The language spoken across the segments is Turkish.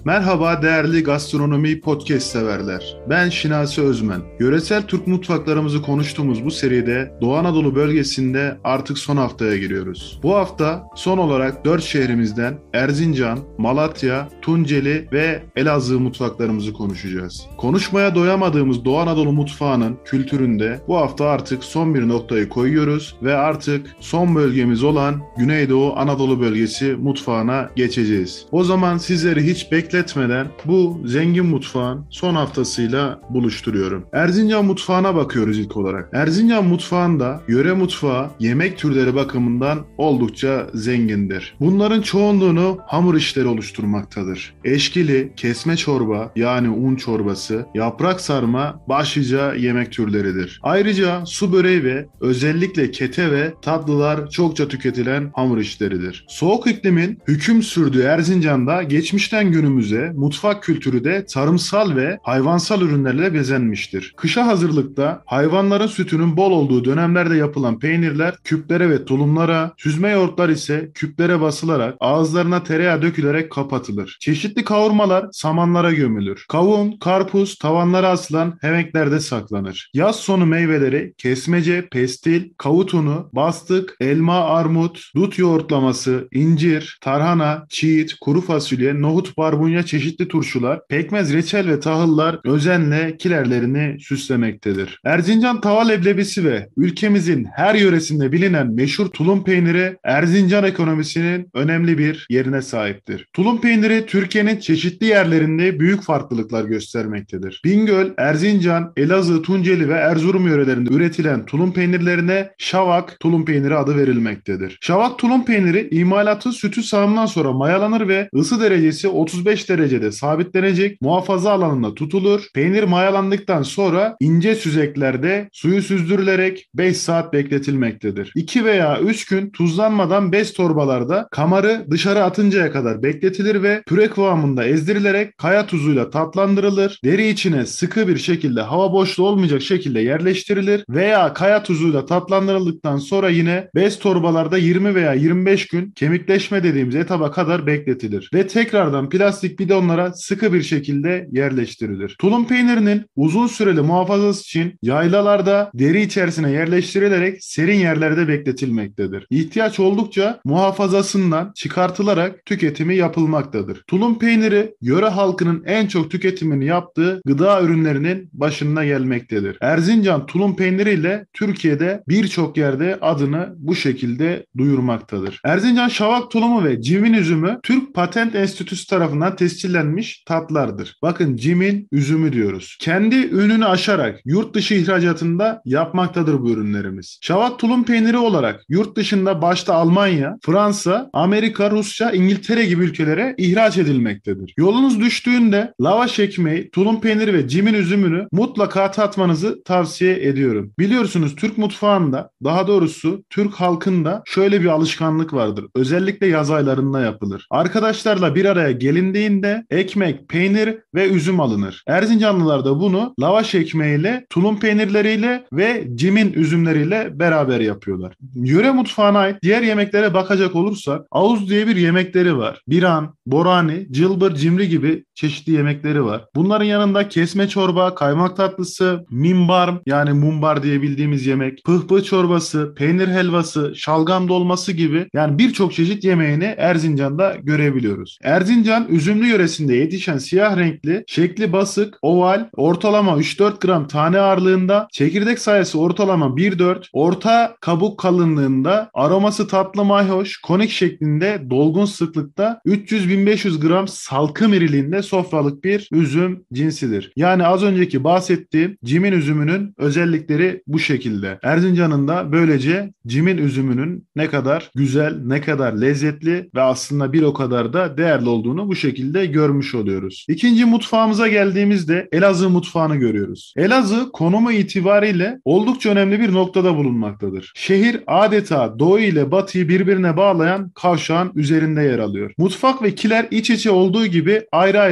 Merhaba değerli gastronomi podcast severler. Ben Şinasi Özmen. Yöresel Türk mutfaklarımızı konuştuğumuz bu seride Doğu Anadolu bölgesinde artık son haftaya giriyoruz. Bu hafta son olarak 4 şehrimizden Erzincan, Malatya, Tunceli ve Elazığ mutfaklarımızı konuşacağız. Konuşmaya doyamadığımız Doğu Anadolu mutfağının kültüründe bu hafta artık son bir noktayı koyuyoruz ve artık son bölgemiz olan Güneydoğu Anadolu bölgesi mutfağına geçeceğiz. O zaman sizleri hiç bekletmeden bu zengin mutfağın son haftasıyla buluşturuyorum. Erzincan mutfağına bakıyoruz ilk olarak. Erzincan mutfağında yöre mutfağı yemek türleri bakımından oldukça zengindir. Bunların çoğunluğunu hamur işleri oluşturmaktadır. Eşkili, kesme çorba yani un çorbası, yaprak sarma başlıca yemek türleridir. Ayrıca su böreği ve özellikle kete ve tatlılar çokça tüketilen hamur işleridir. Soğuk iklimin hüküm sürdüğü Erzincan'da geçmişten günümüze mutfak kültürü de tarımsal ve hayvansal ürünlerle bezenmiştir. Kışa hazırlıkta hayvanların sütünün bol olduğu dönemlerde yapılan peynirler küplere ve tulumlara, süzme yoğurtlar ise küplere basılarak ağızlarına tereyağı dökülerek kapatılır. Çeşitli kavurmalar samanlara gömülür. Kavun, karpuz tavanlara asılan hemeklerde saklanır. Yaz sonu meyveleri kesmece, pestil, kavut unu, bastık, elma, armut, dut yoğurtlaması, incir, tarhana, çiğit, kuru fasulye, nohut, barbunya, çeşitli turşular, pekmez, reçel ve tahıllar özenle kilerlerini süslemektedir. Erzincan tava leblebisi ve ülkemizin her yöresinde bilinen meşhur tulum peyniri Erzincan ekonomisinin önemli bir yerine sahiptir. Tulum peyniri Türkiye'nin çeşitli yerlerinde büyük farklılıklar göstermektedir. Bingöl, Erzincan, Elazığ, Tunceli ve Erzurum yörelerinde üretilen tulum peynirlerine Şavak tulum peyniri adı verilmektedir. Şavak tulum peyniri imalatı sütü sağımdan sonra mayalanır ve ısı derecesi 35 derecede sabitlenecek muhafaza alanında tutulur. Peynir mayalandıktan sonra ince süzeklerde suyu süzdürülerek 5 saat bekletilmektedir. 2 veya 3 gün tuzlanmadan bez torbalarda kamarı dışarı atıncaya kadar bekletilir ve püre kıvamında ezdirilerek kaya tuzuyla tatlandırılır. Deri içine sıkı bir şekilde hava boşluğu olmayacak şekilde yerleştirilir veya kaya tuzuyla tatlandırıldıktan sonra yine bez torbalarda 20 veya 25 gün kemikleşme dediğimiz etaba kadar bekletilir ve tekrardan plastik bidonlara sıkı bir şekilde yerleştirilir. Tulum peynirinin uzun süreli muhafazası için yaylalarda deri içerisine yerleştirilerek serin yerlerde bekletilmektedir. İhtiyaç oldukça muhafazasından çıkartılarak tüketimi yapılmaktadır. Tulum peyniri yöre halkının en çok tüketimini yaptığı gıda ürünlerinin başında gelmektedir. Erzincan tulum peyniri ile Türkiye'de birçok yerde adını bu şekilde duyurmaktadır. Erzincan şavak tulumu ve civin üzümü Türk Patent Enstitüsü tarafından tescillenmiş tatlardır. Bakın cimin üzümü diyoruz. Kendi ününü aşarak yurt dışı ihracatında yapmaktadır bu ürünlerimiz. Şavak tulum peyniri olarak yurt dışında başta Almanya, Fransa, Amerika, Rusya, İngiltere gibi ülkelere ihraç edilmektedir. Yolunuz düştüğünde lavaş ekmeği, tulum peyniri ve cimin üzümünü mutlaka tatmanızı tavsiye ediyorum. Biliyorsunuz Türk mutfağında, daha doğrusu Türk halkında şöyle bir alışkanlık vardır. Özellikle yaz aylarında yapılır. Arkadaşlarla bir araya gelindiğinde ekmek, peynir ve üzüm alınır. Erzincanlılar da bunu lavaş ekmeğiyle, tulum peynirleriyle ve cimin üzümleriyle beraber yapıyorlar. Yöre mutfağına ait diğer yemeklere bakacak olursak Avuz diye bir yemekleri var. Biran, borani, cılbır, cimri gibi çeşitli yemekleri var. Bunların yanında kesme çorba, kaymak tatlısı, mimbar yani mumbar diye bildiğimiz yemek, pıhpı çorbası, peynir helvası, şalgam dolması gibi yani birçok çeşit yemeğini Erzincan'da görebiliyoruz. Erzincan üzümlü yöresinde yetişen siyah renkli, şekli basık, oval, ortalama 3-4 gram tane ağırlığında, çekirdek sayısı ortalama 1-4, orta kabuk kalınlığında, aroması tatlı mayhoş, konik şeklinde, dolgun sıklıkta 300-1500 gram salkım iriliğinde sofralık bir üzüm cinsidir. Yani az önceki bahsettiğim cimin üzümünün özellikleri bu şekilde. Erzincan'ın da böylece cimin üzümünün ne kadar güzel, ne kadar lezzetli ve aslında bir o kadar da değerli olduğunu bu şekilde görmüş oluyoruz. İkinci mutfağımıza geldiğimizde Elazığ mutfağını görüyoruz. Elazığ konumu itibariyle oldukça önemli bir noktada bulunmaktadır. Şehir adeta doğu ile batıyı birbirine bağlayan kavşağın üzerinde yer alıyor. Mutfak ve kiler iç içe olduğu gibi ayrı ayrı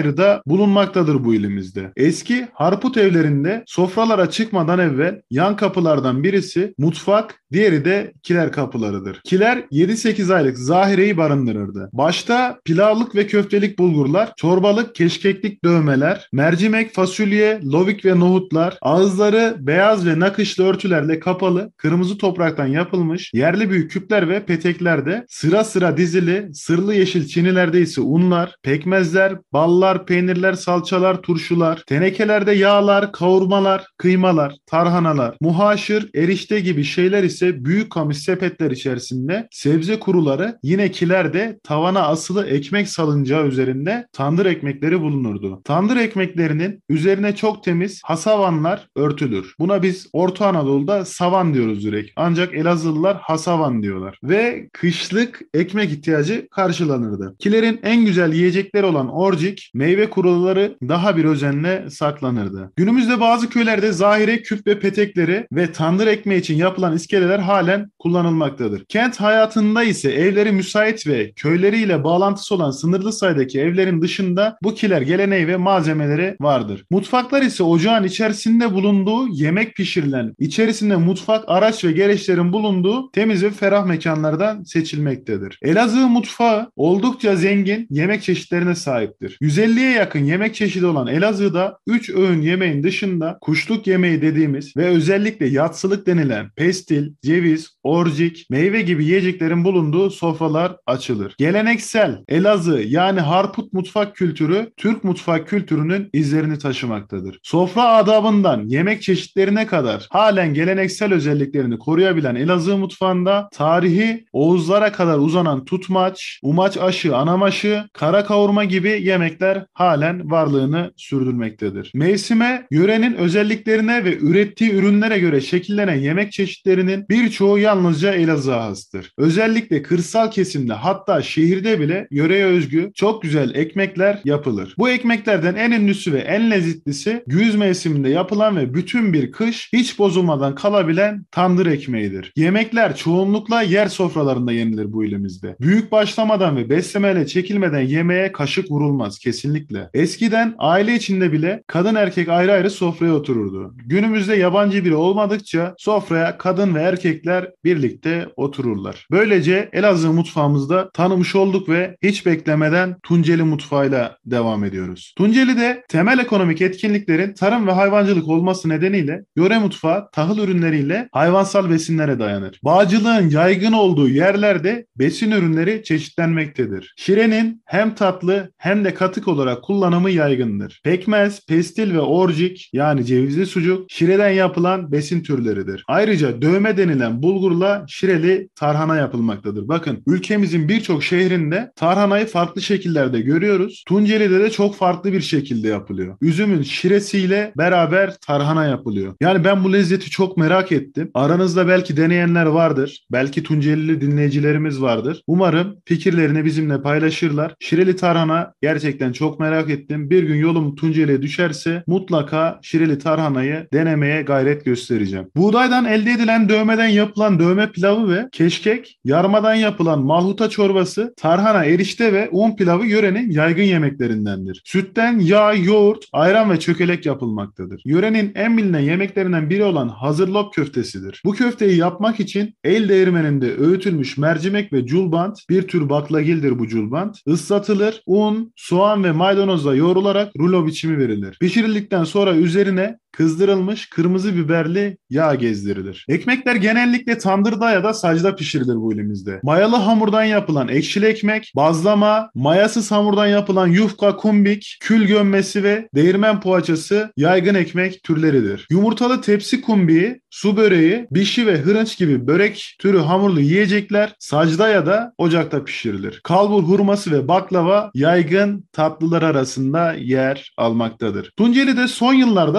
ayrı da bulunmaktadır bu ilimizde. Eski Harput evlerinde sofralara çıkmadan evvel yan kapılardan birisi mutfak, diğeri de kiler kapılarıdır. Kiler 7-8 aylık zahireyi barındırırdı. Başta pilavlık ve köftelik bulgurlar, çorbalık, keşkeklik dövmeler, mercimek, fasulye, lovik ve nohutlar, ağızları beyaz ve nakışlı örtülerle kapalı, kırmızı topraktan yapılmış yerli büyük küpler ve peteklerde sıra sıra dizili, sırlı yeşil çinilerde ise unlar, pekmezler, ballar, peynirler, salçalar, turşular, tenekelerde yağlar, kavurmalar, kıymalar, tarhanalar, muhaşır, erişte gibi şeyler ise büyük kamış sepetler içerisinde, sebze kuruları, yine kilerde tavana asılı ekmek salıncağı üzerinde tandır ekmekleri bulunurdu. Tandır ekmeklerinin üzerine çok temiz hasavanlar örtülür. Buna biz Orta Anadolu'da savan diyoruz direkt. Ancak Elazığlılar hasavan diyorlar. Ve kışlık ekmek ihtiyacı karşılanırdı. Kilerin en güzel yiyecekleri olan orcik, meyve kuruları daha bir özenle saklanırdı. Günümüzde bazı köylerde zahire küp ve petekleri ve tandır ekmeği için yapılan iskeleler halen kullanılmaktadır. Kent hayatında ise evleri müsait ve köyleriyle bağlantısı olan sınırlı sayıdaki evlerin dışında bu kiler geleneği ve malzemeleri vardır. Mutfaklar ise ocağın içerisinde bulunduğu yemek pişirilen, içerisinde mutfak, araç ve gereçlerin bulunduğu temiz ve ferah mekanlardan seçilmektedir. Elazığ mutfağı oldukça zengin yemek çeşitlerine sahiptir. 150'ye yakın yemek çeşidi olan Elazığ'da 3 öğün yemeğin dışında kuşluk yemeği dediğimiz ve özellikle yatsılık denilen pestil, ceviz, orcik, meyve gibi yiyeceklerin bulunduğu sofralar açılır. Geleneksel Elazığ yani Harput mutfak kültürü Türk mutfak kültürünün izlerini taşımaktadır. Sofra adabından yemek çeşitlerine kadar halen geleneksel özelliklerini koruyabilen Elazığ mutfağında tarihi Oğuzlara kadar uzanan tutmaç, umaç aşı, anamaşı, kara kavurma gibi yemekler halen varlığını sürdürmektedir. Mevsime, yörenin özelliklerine ve ürettiği ürünlere göre şekillenen yemek çeşitlerinin birçoğu yalnızca Elazığ'a hastır. Özellikle kırsal kesimde, hatta şehirde bile yöreye özgü çok güzel ekmekler yapılır. Bu ekmeklerden en ünlüsü ve en lezzetlisi güz mevsiminde yapılan ve bütün bir kış hiç bozulmadan kalabilen tandır ekmeğidir. Yemekler çoğunlukla yer sofralarında yenilir bu ilimizde. Büyük başlamadan ve beslemeyle çekilmeden yemeğe kaşık vurulmaz kesinlikle. Eskiden aile içinde bile kadın erkek ayrı ayrı sofraya otururdu. Günümüzde yabancı biri olmadıkça sofraya kadın ve erkekler birlikte otururlar. Böylece Elazığ mutfağımızda tanımış olduk ve hiç beklemeden Tunceli mutfağıyla devam ediyoruz. Tunceli'de temel ekonomik etkinliklerin tarım ve hayvancılık olması nedeniyle yöre mutfağı tahıl ürünleriyle hayvansal besinlere dayanır. Bağcılığın yaygın olduğu yerlerde besin ürünleri çeşitlenmektedir. Şirenin hem tatlı hem de katık olarak kullanımı yaygındır. Pekmez, pestil ve orcik yani cevizli sucuk şireden yapılan besin türleridir. Ayrıca dövme denilen bulgurla şireli tarhana yapılmaktadır. Bakın ülkemizin birçok şehrinde tarhanayı farklı şekillerde görüyoruz. Tunceli'de de çok farklı bir şekilde yapılıyor. Üzümün şiresiyle beraber tarhana yapılıyor. Yani ben bu lezzeti çok merak ettim. Aranızda belki deneyenler vardır. Belki Tuncelili dinleyicilerimiz vardır. Umarım fikirlerini bizimle paylaşırlar. Şireli tarhana gerçekten çok merak ettim. Bir gün yolum Tunceli'ye düşerse mutlaka şireli tarhanayı denemeye gayret göstereceğim. Buğdaydan elde edilen dövmeden yapılan dövme pilavı ve keşkek, yarmadan yapılan malhuta çorbası, tarhana, erişte ve un pilavı yörenin yaygın yemeklerindendir. Sütten yağ, yoğurt, ayran ve çökelek yapılmaktadır. Yörenin en bilinen yemeklerinden biri olan hazır lop köftesidir. Bu köfteyi yapmak için el değirmeninde öğütülmüş mercimek ve culbant, bir tür baklagildir bu culbant, ıslatılır, un, soğan ve maydanozla yoğrularak rulo biçimi verilir. Pişirildikten sonra üzerine kızdırılmış kırmızı biberli yağ gezdirilir. Ekmekler genellikle tandırda ya da sacda pişirilir bu ilimizde. Mayalı hamurdan yapılan ekşili ekmek, bazlama, mayasız hamurdan yapılan yufka, kumbik, kül gömmesi ve değirmen poğaçası yaygın ekmek türleridir. Yumurtalı tepsi kumbiği, su böreği, bişi ve hırınç gibi börek türü hamurlu yiyecekler sacda ya da ocakta pişirilir. Kalbur hurması ve baklava yaygın tatlılar arasında yer almaktadır. Tunceli'de son yıllarda bazı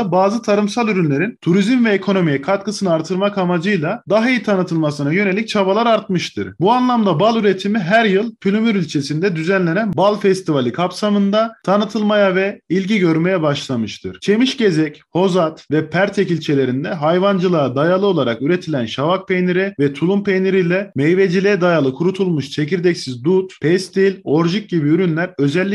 tarımsal ürünlerin turizm ve ekonomiye katkısını artırmak amacıyla daha iyi tanıtılmasına yönelik çabalar artmıştır. Bu anlamda bal üretimi her yıl Pülümür ilçesinde düzenlenen Bal Festivali kapsamında tanıtılmaya ve ilgi görmeye başlamıştır. Çemişgezek, Hozat ve Pertek ilçelerinde hayvancılığa dayalı olarak üretilen şavak peyniri ve tulum peyniriyle meyveciliğe dayalı kurutulmuş çekirdeksiz dut, pestil, orjik gibi ürünler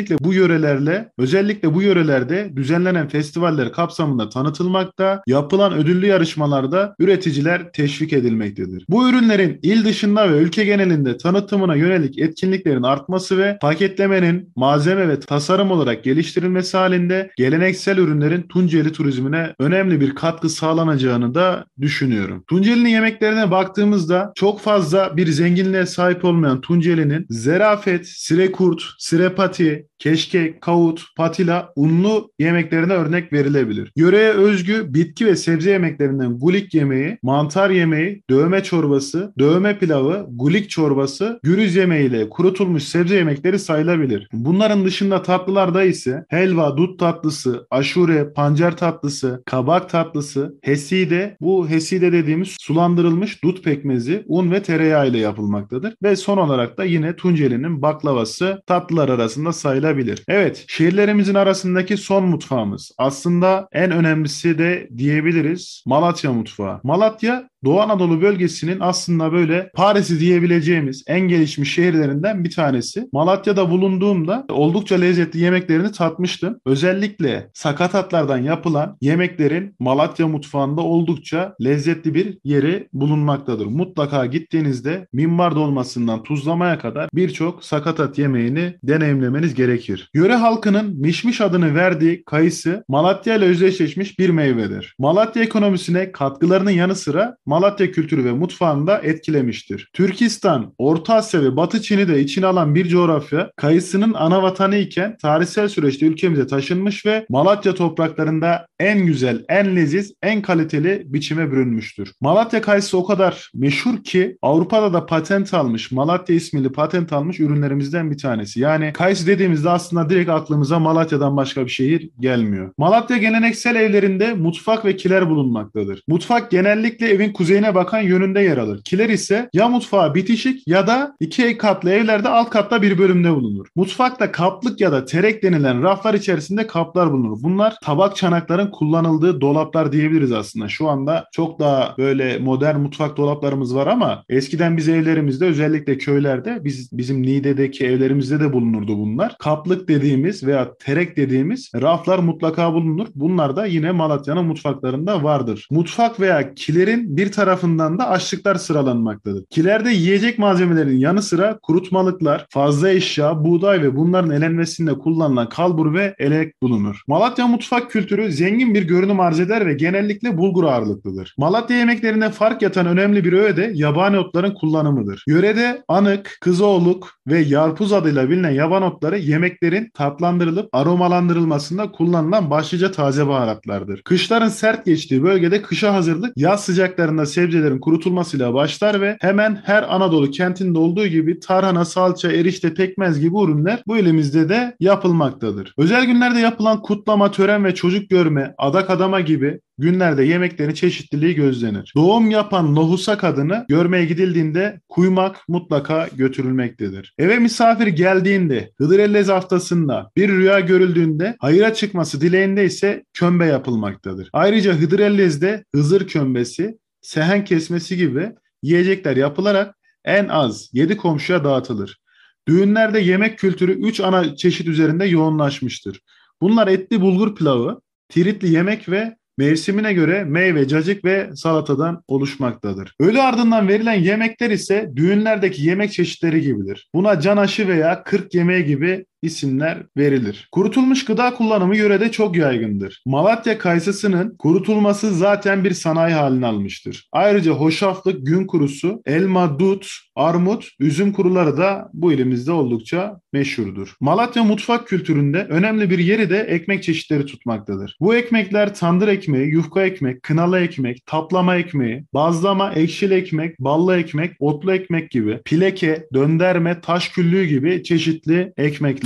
özellikle bu yörelerde düzenlenen festivaller kapsamında tanıtılmakta, yapılan ödüllü yarışmalarda üreticiler teşvik edilmektedir. Bu ürünlerin il dışında ve ülke genelinde tanıtımına yönelik etkinliklerin artması ve paketlemenin malzeme ve tasarım olarak geliştirilmesi halinde geleneksel ürünlerin Tunceli turizmine önemli bir katkı sağlanacağını da düşünüyorum. Tunceli'nin yemeklerine baktığımızda çok fazla bir zenginliğe sahip olmayan Tunceli'nin zerafet, sirekurt, sirepati, keşkek, kavut, patila unlu yemeklerine örnek verilebilir. Yöreye özgü bitki ve sebze yemeklerinden gulik yemeği, mantar yemeği, dövme çorbası, dövme pilavı, gulik çorbası, gürüz yemeği ile kurutulmuş sebze yemekleri sayılabilir. Bunların dışında tatlılarda ise helva, dut tatlısı, aşure, pancar tatlısı, kabak tatlısı, heside, bu heside dediğimiz sulandırılmış dut pekmezi, un ve tereyağı ile yapılmaktadır. Ve son olarak da yine Tunceli'nin baklavası tatlılar arasında sayılabilir. Evet, şehirlerimizin arasındaki son mutfağımız. Aslında en önemlisi de diyebiliriz Malatya mutfağı. Malatya Doğu Anadolu bölgesinin aslında böyle Paris'i diyebileceğimiz en gelişmiş şehirlerinden bir tanesi. Malatya'da bulunduğumda oldukça lezzetli yemeklerini tatmıştım. Özellikle sakatatlardan yapılan yemeklerin Malatya mutfağında oldukça lezzetli bir yeri bulunmaktadır. Mutlaka gittiğinizde minbar dolmasından tuzlamaya kadar birçok sakatat yemeğini deneyimlemeniz gerekir. Yöre halkının mişmiş adını verdiği kayısı Malatya ile özdeşleşmiş bir meyvedir. Malatya ekonomisine katkılarının yanı sıra Malatya kültürü ve mutfağını da etkilemiştir. Türkistan, Orta Asya ve Batı Çin'i de içine alan bir coğrafya, kayısının ana vatanı iken tarihsel süreçte ülkemize taşınmış ve Malatya topraklarında en güzel, en leziz, en kaliteli biçime bürünmüştür. Malatya kayısı o kadar meşhur ki Avrupa'da da patent almış, Malatya ismini patent almış ürünlerimizden bir tanesi. Yani kayısı dediğimizde aslında direkt aklımıza Malatya'dan başka bir şehir gelmiyor. Malatya geleneksel evlerinde mutfak ve kiler bulunmaktadır. Mutfak genellikle evin kuzeyine bakan yönünde yer alır. Kiler ise ya mutfağa bitişik ya da iki katlı evlerde alt katta bir bölümde bulunur. Mutfakta kaplık ya da terek denilen raflar içerisinde kaplar bulunur. Bunlar tabak çanakların kullanıldığı dolaplar diyebiliriz aslında. Şu anda çok daha böyle modern mutfak dolaplarımız var ama eskiden biz evlerimizde özellikle köylerde bizim Niğde'deki evlerimizde de bulunurdu bunlar. Kaplık dediğimiz veya terek dediğimiz raflar mutlaka bulunur. Bunlar da yine Malatya'nın mutfaklarında vardır. Mutfak veya kilerin bir tarafından da aşçıklar sıralanmaktadır. Kilerde yiyecek malzemelerin yanı sıra kurutmalıklar, fazla eşya, buğday ve bunların elenmesinde kullanılan kalbur ve elek bulunur. Malatya mutfak kültürü zengin bir görünüm arz eder ve genellikle bulgur ağırlıklıdır. Malatya yemeklerinde fark yatan önemli bir öğe de yabani otların kullanımıdır. Yörede anık, kızoğluk ve yarpuz adıyla bilinen yaban otları yemeklerin tatlandırılıp aromalandırılmasında kullanılan başlıca taze baharatlardır. Kışların sert geçtiği bölgede kışa hazırlık yaz sıcaklarında sebzelerin kurutulmasıyla başlar ve hemen her Anadolu kentinde olduğu gibi tarhana, salça, erişte, pekmez gibi ürünler bu ilimizde de yapılmaktadır. Özel günlerde yapılan kutlama, tören ve çocuk görme, adak adama gibi günlerde yemeklerin çeşitliliği gözlenir. Doğum yapan lohusa kadını görmeye gidildiğinde kuymak mutlaka götürülmektedir. Eve misafir geldiğinde, Hıdrellez haftasında bir rüya görüldüğünde hayıra çıkması dileğinde ise kömbe yapılmaktadır. Ayrıca Hıdrellez'de Hızır kömbesi, sehen kesmesi gibi yiyecekler yapılarak en az 7 komşuya dağıtılır. Düğünlerde yemek kültürü 3 ana çeşit üzerinde yoğunlaşmıştır. Bunlar etli bulgur pilavı, tiritli yemek ve mevsimine göre meyve, cacık ve salatadan oluşmaktadır. Öğle ardından verilen yemekler ise düğünlerdeki yemek çeşitleri gibidir. Buna can aşı veya kırk yemeği gibi isimler verilir. Kurutulmuş gıda kullanımı yörede çok yaygındır. Malatya kayısısının kurutulması zaten bir sanayi halini almıştır. Ayrıca hoşaflık, gün kurusu, elma, dut, armut, üzüm kuruları da bu ilimizde oldukça meşhurdur. Malatya mutfak kültüründe önemli bir yeri de ekmek çeşitleri tutmaktadır. Bu ekmekler tandır ekmeği, yufka ekmek, kınalı ekmek, taplama ekmeği, bazlama, ekşili ekmek, ballı ekmek, otlu ekmek gibi, pileke, dönderme, taş küllüğü gibi çeşitli ekmekler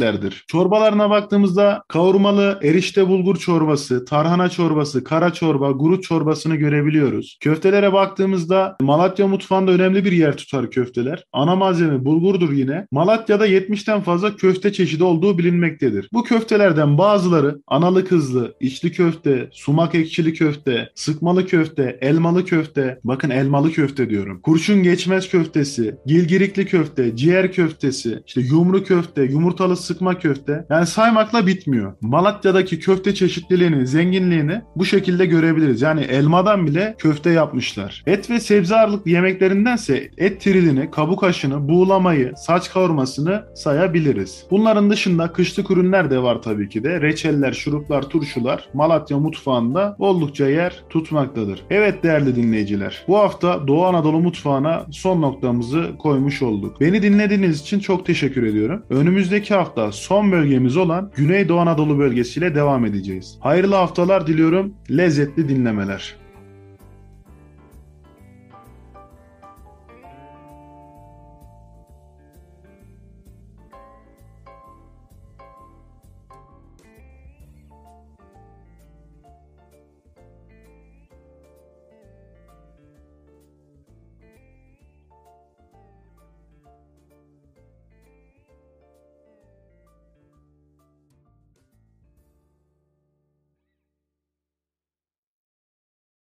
lezzetlerdir. Çorbalarına baktığımızda kavurmalı erişte bulgur çorbası, tarhana çorbası, kara çorba, guruç çorbasını görebiliyoruz. Köftelere baktığımızda Malatya mutfağında önemli bir yer tutar köfteler. Ana malzeme bulgurdur yine. Malatya'da 70'ten fazla köfte çeşidi olduğu bilinmektedir. Bu köftelerden bazıları analı kızlı, içli köfte, sumak ekşili köfte, sıkmalı köfte, elmalı köfte, bakın elmalı köfte diyorum. Kurşun geçmez köftesi, gilgirikli köfte, ciğer köftesi, işte yumru köfte, yumurtalı sıkma köfte. Yani saymakla bitmiyor. Malatya'daki köfte çeşitliliğini, zenginliğini bu şekilde görebiliriz. Yani elmadan bile köfte yapmışlar. Et ve sebze ağırlıklı yemeklerindense et trilini, kabuk aşını, buğulamayı, saç kavurmasını sayabiliriz. Bunların dışında kışlık ürünler de var tabii ki de. Reçeller, şuruplar, turşular Malatya mutfağında oldukça yer tutmaktadır. Evet değerli dinleyiciler, bu hafta Doğu Anadolu mutfağına son noktamızı koymuş olduk. Beni dinlediğiniz için çok teşekkür ediyorum. Önümüzdeki hafta son bölgemiz olan Güneydoğu Anadolu bölgesiyle devam edeceğiz. Hayırlı haftalar diliyorum, lezzetli dinlemeler.